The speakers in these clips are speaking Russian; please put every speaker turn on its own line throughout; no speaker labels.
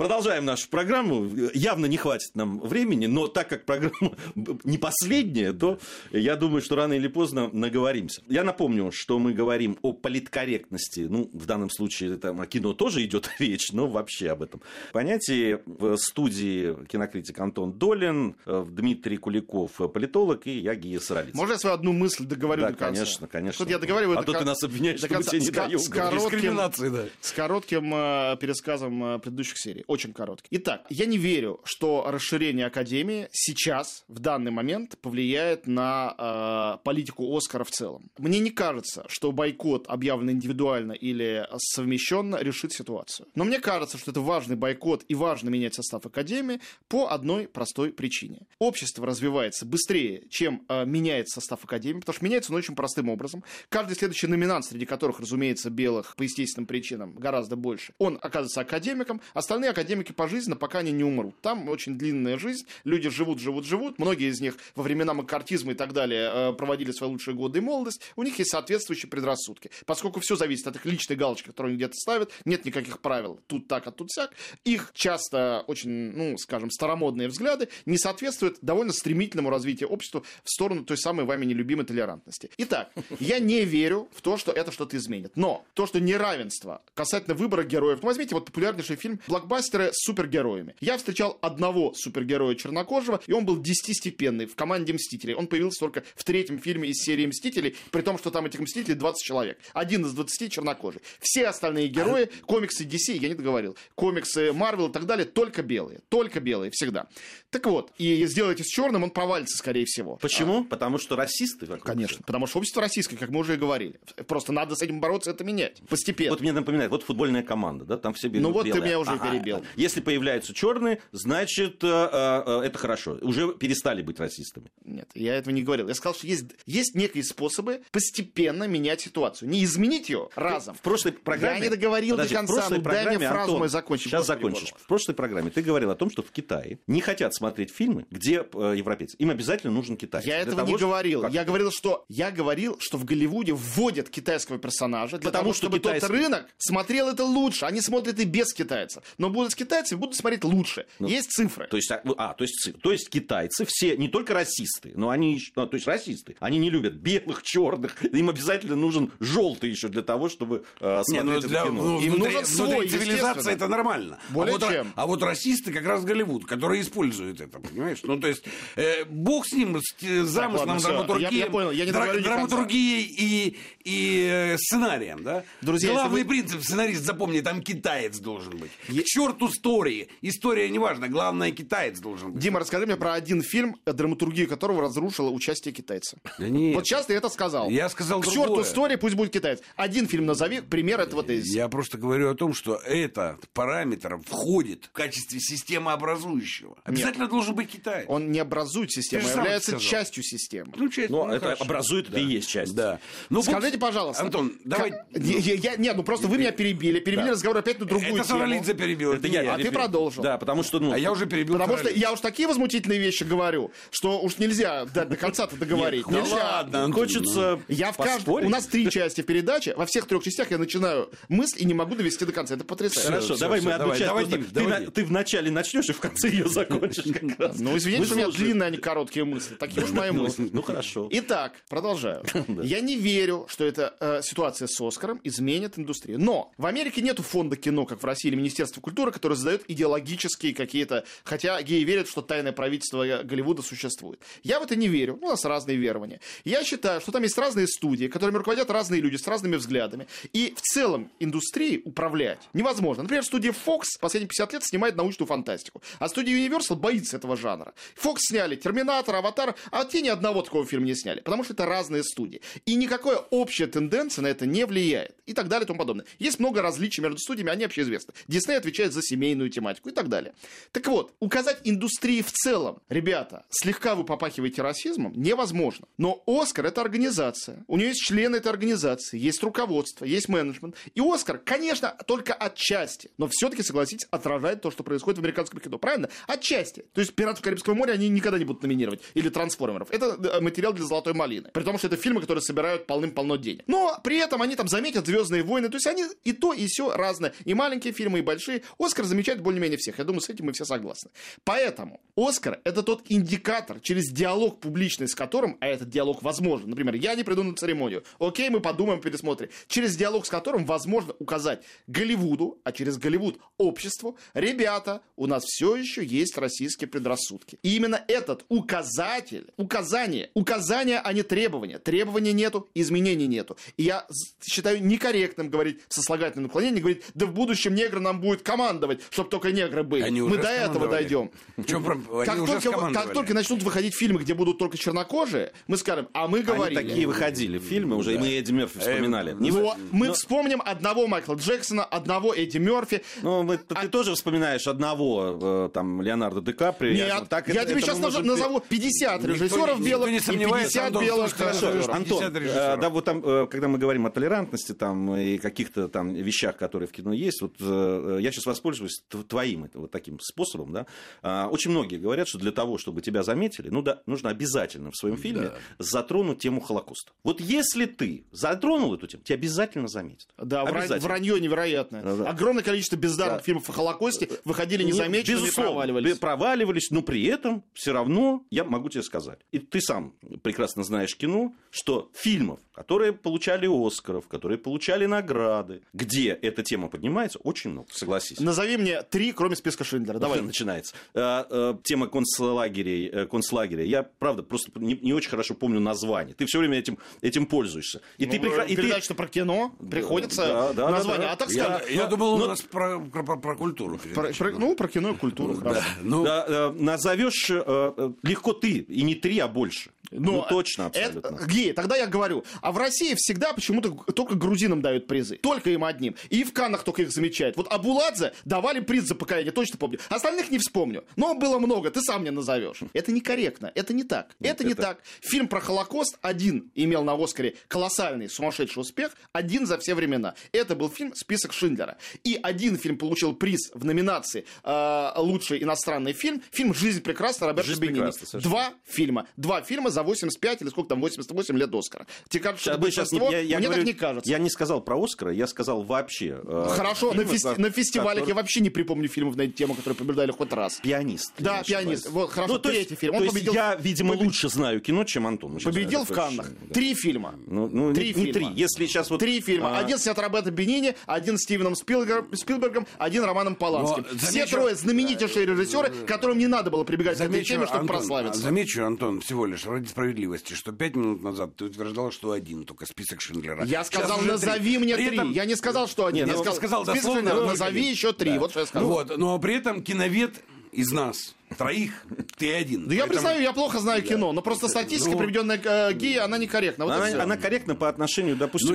Продолжаем нашу программу. Явно не хватит нам времени, но так как программа не последняя, то я думаю, что рано или поздно наговоримся. Я напомню, что мы говорим о политкорректности. Ну, в данном случае там, о кино тоже идет речь, но вообще об этом понятии. В студии кинокритик Антон Долин, Дмитрий Куликов, политолог, и я, Гия Саралидзе.
Можно я свою одну мысль договорю до конца?
Конечно, конечно.
Вот я договариваю
а то ты нас обвиняешь, что мы тебе не даем.
С коротким пересказом предыдущих серий. Очень короткий. Итак, я не верю, что расширение Академии сейчас, в данный момент, повлияет на политику Оскара в целом. Мне не кажется, что бойкот, объявленный индивидуально или совмещенно, решит ситуацию. Но мне кажется, что это важный бойкот и важно менять состав Академии по одной простой причине. Общество развивается быстрее, чем меняется состав Академии, потому что меняется он очень простым образом. Каждый следующий номинант, среди которых, разумеется, белых по естественным причинам гораздо больше, он оказывается академиком, остальные академики пожизненно, пока они не умрут. Там очень длинная жизнь, люди живут. Многие из них во времена маккартизма и так далее проводили свои лучшие годы и молодость. У них есть соответствующие предрассудки. Поскольку все зависит от их личной галочки, которую они где-то ставят, нет никаких правил. Тут так, а тут сяк. Их часто очень, старомодные взгляды не соответствуют довольно стремительному развитию общества в сторону той самой вами нелюбимой толерантности. Итак, я не верю в то, что это что-то изменит. Но то, что неравенство касательно выбора героев... возьмите популярнейший фильм блокбастеры с супергероями. Я встречал одного супергероя чернокожего, и он был 10-степенный в команде Мстителей. Он появился только в 3-м фильме из серии Мстителей, при том, что там этих Мстителей 20 человек. Один из 20 чернокожий. Все остальные герои, комиксы DC, я не договорил, комиксы Marvel и так далее, только белые, всегда. Так вот, и сделайте с черным, он провалится, скорее всего.
Почему? Потому что расисты?
Конечно, потому что общество российское, как мы уже и говорили. Просто надо с этим бороться, это менять. Постепенно.
Вот мне напоминает, вот футбольная команда, да, там все белые.
Ну вот белые. Ты меня уже перебил.
Если появляются черные, значит, это хорошо. Уже перестали быть расистами.
Нет, я этого не говорил. Я сказал, что есть некие способы постепенно менять ситуацию. Не изменить ее разом.
В прошлой программе...
Я не договорил до конца. Дай мне фразу мою закончить.
Сейчас закончишь. В прошлой программе ты говорил о том, что в Китае не хотят смотреть фильмы, где европейцы. Им обязательно нужен китаец.
Я этого не говорил. Я говорил, что в Голливуде вводят китайского персонажа для того, чтобы тот рынок смотрел это лучше. Они смотрят и без китайцев. Но будут с китайцами, будут смотреть лучше. Есть цифры.
То есть китайцы все не только расисты, но они, то есть расисты, они не любят белых, черных. Им обязательно нужен желтый еще для того, чтобы смотреть это кино.
Им нужен свой, цивилизация, это нормально. А вот расисты как раз Голливуд, которые используют это, понимаешь? Ну, то есть, бог с ним, с замыслом, драматургией и сценарием, да?
Друзья,
главный принцип, сценарист, запомни, там китаец должен быть. К черту истории. История не важна, главное, китаец должен быть.
Дима, расскажи мне про один фильм, драматургию которого разрушила участие китайца.
Да нет.
Вот сейчас ты это сказал.
Я сказал
к
другое.
черту истории, пусть будет китаец. Один фильм назови, пример этого тезиса.
Я просто говорю о том, что этот параметр входит в качестве системообразующего. Обязательно должен быть китаец.
Он не образует систему, а является частью системы.
Это образует, это и есть часть.
Да.
Скажите, пожалуйста.
Антон, давай.
Нет, просто вы меня перебили разговор опять на другую тему.
Это Саралидзе перебил.
Это я. А ты продолжил.
Да, потому что...
А я уже перебил.
Потому что я уж такие возмутительные вещи говорю, что уж нельзя до конца-то договорить. Нельзя.
Ладно, хочется
У нас 3 части передачи, во всех 3 частях я начинаю мысль и не могу довести до конца. Это потрясающе.
Хорошо, давай мы одну часть. Ты вначале начнешь и в конце ее закончишь как раз.
Ну, извините, что у меня длинные, а не короткие мысли. Такие уж мои мысли.
Ну, хорошо.
Итак, продолжаю. Я не верю, что эта ситуация с Оскаром изменит индустрию. Но в Америке нету фонда кино, как в России, или Министерства культуры, которое задает идеологические какие-то... Хотя геи верят, что тайное правительство Голливуда существует. Я в это не верю. У нас разные верования. Я считаю, что там есть разные студии, которыми руководят разные люди с разными взглядами. И в целом индустрией управлять невозможно. Например, студия Fox последние 50 лет снимает научную фантастику. А студия Universal боится этого жанра. Fox сняли «Терминатор», «Аватар», а те ни одного такого фильма не сняли. Потому что это разные студии. И никакая общая тенденция на это не влияет. И так далее и тому подобное. Есть много различий между студиями, они общеизвестны. Дисней отвечает за семейную тематику и так далее. Так вот, указать индустрии в целом, ребята, слегка вы попахиваете расизмом, невозможно. Но «Оскар» — это организация. У нее есть члены этой организации, есть руководство, есть менеджмент. И «Оскар», конечно, только отчасти, но все-таки, согласитесь, отражает то, что происходит в американском кино. Правильно? Отчасти. То есть «Пиратов Карибского моря» они никогда не будут номинировать. Или «Трансформеров». Это материал для «Золотой малины». При том, что это фильмы, которые собирают полным-полно денег. Но при этом они там заметят «Звездные войны». То есть они и то, и все разное. И маленькие фильмы, и большие. «Оскар» Оскар замечает более-менее всех. Я думаю, с этим мы все согласны. Поэтому Оскар — это тот индикатор, через диалог публичный с которым, а этот диалог возможен, например, я не приду на церемонию, окей, мы подумаем, пересмотрим, через диалог с которым возможно указать Голливуду, а через Голливуд обществу: ребята, у нас все еще есть российские предрассудки. И именно этот указание, а не требование. Требования нету, изменений нету. И я считаю некорректным говорить в сослагательном наклонении, говорить: да в будущем негр нам будет командовать, чтобы только негры были. Мы до этого дойдем. Как только начнут выходить фильмы, где будут только чернокожие, мы скажем: а мы говорили.
Они такие выходили фильмы уже, и мы Эдди Мерфи вспоминали.
Мы вспомним одного Майкла Джексона, одного Эдди Мерфи.
Ты тоже вспоминаешь одного там Леонардо Ди Каприо.
Нет, я тебе сейчас назову 50 режиссеров белых и 50 белых режиссеров.
Антон, да, вот там, когда мы говорим о толерантности там, и каких-то там вещах, которые в кино есть, вот я сейчас воспользуюсь твоим вот таким способом, да. Очень многие говорят, что для того, чтобы тебя заметили, нужно обязательно в своем фильме затронуть тему Холокоста. Вот если ты затронул эту тему, тебя обязательно заметят.
Да, вранье невероятное. Да. Огромное количество бездарных фильмов о Холокосте выходили незамеченными и проваливались.
Но при этом все равно я могу тебе сказать, и ты сам прекрасно знаешь кино, что фильмов, которые получали Оскаров, которые получали награды, где эта тема поднимается, очень много, согласись.
Назови мне 3, кроме списка Шиндлера. Давай.
Начинается. Тема концлагеря. Я, правда, просто не очень хорошо помню название. Ты все время этим пользуешься. И ты
передать, что про кино приходится название. А так сказать.
Я думал, у нас про культуру.
Про кино и культуру.
Назовешь легко ты, и не 3, а больше. Точно, абсолютно.
Тогда я говорю, а в России всегда почему-то только грузинам дают призы. Только им одним. И в Каннах только их замечают. Вот Абуладзе давали приз за покаяние, точно помню. Остальных не вспомню. Но было много, ты сам мне назовешь. Это некорректно, это не так. Это не так. Фильм про Холокост один имел на Оскаре колоссальный, сумасшедший успех, один за все времена. Это был фильм «Список Шиндлера». И один фильм получил приз в номинации «Лучший иностранный фильм». Фильм «Жизнь прекрасна» Роберто Бенини. Два фильма за 85 или сколько там, 88 лет Оскара. Тебе кажется, что это большинство? Мне так не кажется.
Я не сказал про Оскара, я сказал вообще.
Хорошо, на фестивалях я вообще не припомню фильмов на эту тему, которые побеждали хоть раз.
«Пианист».
Да, «Пианист». Вот, хорошо, третий фильм.
Он победил. Я, видимо, лучше знаю кино, чем Антон.
Победил в Каннах. 3 фильма.
Три фильма. Если сейчас
3 фильма. Один снят Роберто Бенини, один Стивеном Спилбергом, один Романом Поланским. Все 3 знаменитейшие режиссеры, которым не надо было прибегать к этой теме, чтобы прославиться.
Замечу, Антон, всего лишь ради справедливости, что 5 минут назад ты утверждал, что один только список Шиндлера.
Я сказал, назови мне 3. Я не сказал, что один.
Я сказал дословно.
Назови еще 3. Вот что я сказал.
Но при этом киновед из нас 3, ты один.
Да я признаю, я плохо знаю кино, но просто статистика, приведенная к ГИИ, она некорректна.
Она корректна по отношению, допустим,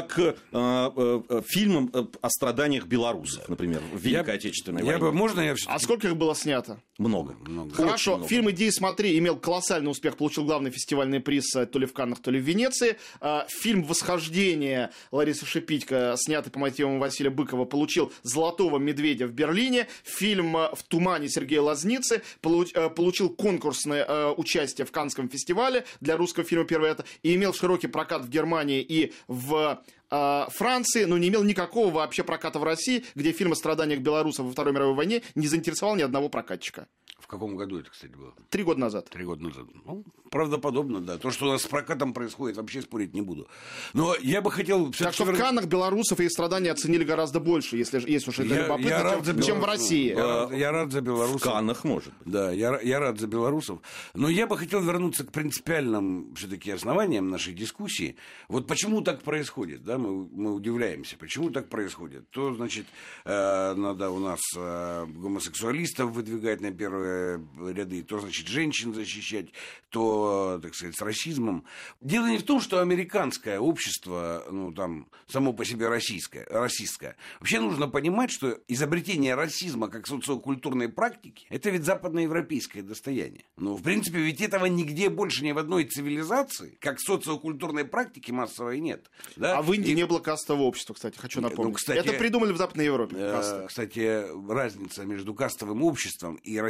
к фильмам о страданиях белорусов, например, в Великой Отечественной войне.
А сколько их было снято?
Много.
Хорошо. Фильм «Иди и смотри» имел колоссальный успех, получил главный фестивальный приз то ли в Каннах, то ли в Венеции. Фильм «Восхождение» Ларисы Шипитько, снятый по мотивам Василия Быкова, получил «Золотого медведя» в Берлине. Фильм «В тумане» Сергея Лазницы получил конкурсное участие в Каннском фестивале для русского фильма «Первый это» и имел широкий прокат в Германии и в Франции, но не имел никакого вообще проката в России, где фильм о страданиях белорусов во Второй мировой войне не заинтересовал ни одного прокатчика.
В каком году это, кстати, было?
3 года назад.
3 года назад. Правдоподобно, да. То, что у нас с прокатом происходит, вообще спорить не буду. Но я бы хотел...
Так что в Каннах белорусов и их страдания оценили гораздо больше, если уж это любопытно, чем в России.
Я рад за белорусов.
В Каннах, может быть.
Да, я рад за белорусов. Но я бы хотел вернуться к принципиальным все-таки основаниям нашей дискуссии. Вот почему так происходит, да, мы удивляемся, почему так происходит. То, значит, надо у нас гомосексуалистов выдвигать на первые ряды, то, значит, женщин защищать, то, так сказать, с расизмом. Дело не в том, что американское общество, там, само по себе расистское. Вообще нужно понимать, что изобретение расизма как социокультурной практики, это ведь западноевропейское достояние. В принципе, ведь этого нигде больше ни в одной цивилизации, как социокультурной практики массовой нет. Да?
А в Индии не было кастового общества, кстати, хочу напомнить. Это придумали в Западной Европе.
Кстати, разница между кастовым обществом и расизмом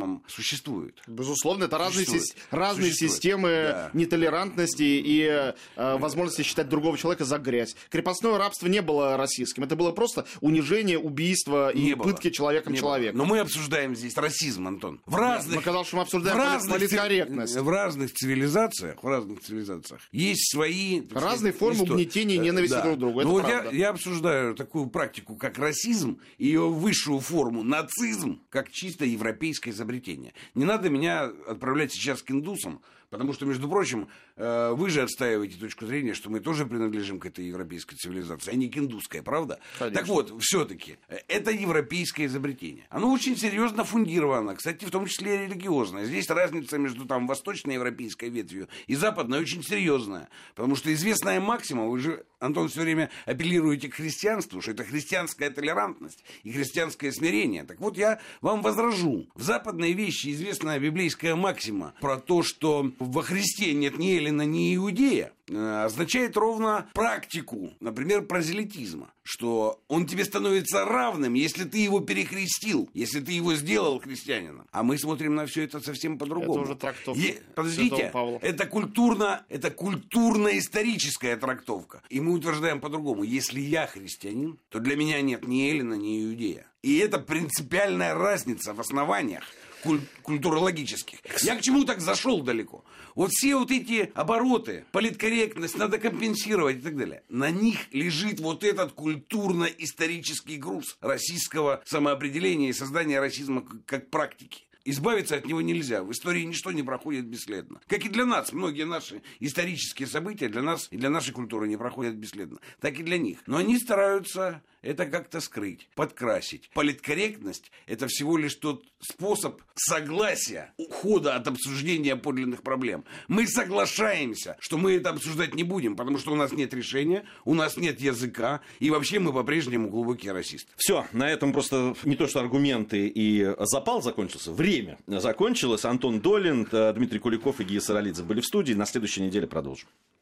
расизмом существует.
Безусловно, это разные
Существует.
системы
Да.
нетолерантности и возможности считать другого человека за грязь. Крепостное рабство не было расистским. Это было просто унижение, убийство и
Не было.
пытки человеком
Не
человека.
было. Но мы обсуждаем здесь расизм, Антон. В
Мне
разных,
казалось, что мы обсуждаем политкорректность.
в разных цивилизациях есть свои
Разные формы
истории.
угнетения и ненависти
Да.
друг к другу. Это
Ну, вот
правда.
я обсуждаю такую практику, как расизм, и ее высшую форму, нацизм, как чисто европейское изобретение. Не надо меня отправлять сейчас к индусам, потому что, между прочим, вы же отстаиваете точку зрения, что мы тоже принадлежим к этой европейской цивилизации, а не к индусской, правда?
Конечно.
Так вот, все-таки, это европейское изобретение. Оно очень серьезно фундировано, кстати, в том числе и религиозное. Здесь разница между там восточноевропейской ветвью и западной очень серьезная. Потому что известная максима, вы же, Антон, все время апеллируете к христианству, что это христианская толерантность и христианское смирение. Так вот, я вам возражу. В западной вещи известная библейская максима про то, что во Христе нет ни эллина, ни иудея, означает ровно практику, например, прозелитизма, что он тебе становится равным, если ты его перекрестил, если ты его сделал христианином. А мы смотрим на все это совсем по-другому.
Это уже трактовка
Подождите,
Святого Павла.
это культурно-историческая трактовка. И мы утверждаем по-другому. Если я христианин, то для меня нет ни эллина, ни иудея. И это принципиальная разница в основаниях культурологических. Я к чему так зашел далеко? Вот все вот эти обороты, политкорректность, надо компенсировать и так далее. На них лежит вот этот культурно-исторический груз российского самоопределения и создания расизма как практики. Избавиться от него нельзя. В истории ничто не проходит бесследно. Как и для нас. Многие наши исторические события для нас и для нашей культуры не проходят бесследно. Так и для них. Но они стараются это как-то скрыть, подкрасить. Политкорректность – это всего лишь тот способ согласия, ухода от обсуждения подлинных проблем. Мы соглашаемся, что мы это обсуждать не будем, потому что у нас нет решения, у нас нет языка, и вообще мы по-прежнему глубокие расисты.
Все, на этом просто не то что аргументы и запал закончился, время закончилось. Антон Долин, Дмитрий Куликов и Гия Саралидзе были в студии. На следующей неделе продолжим.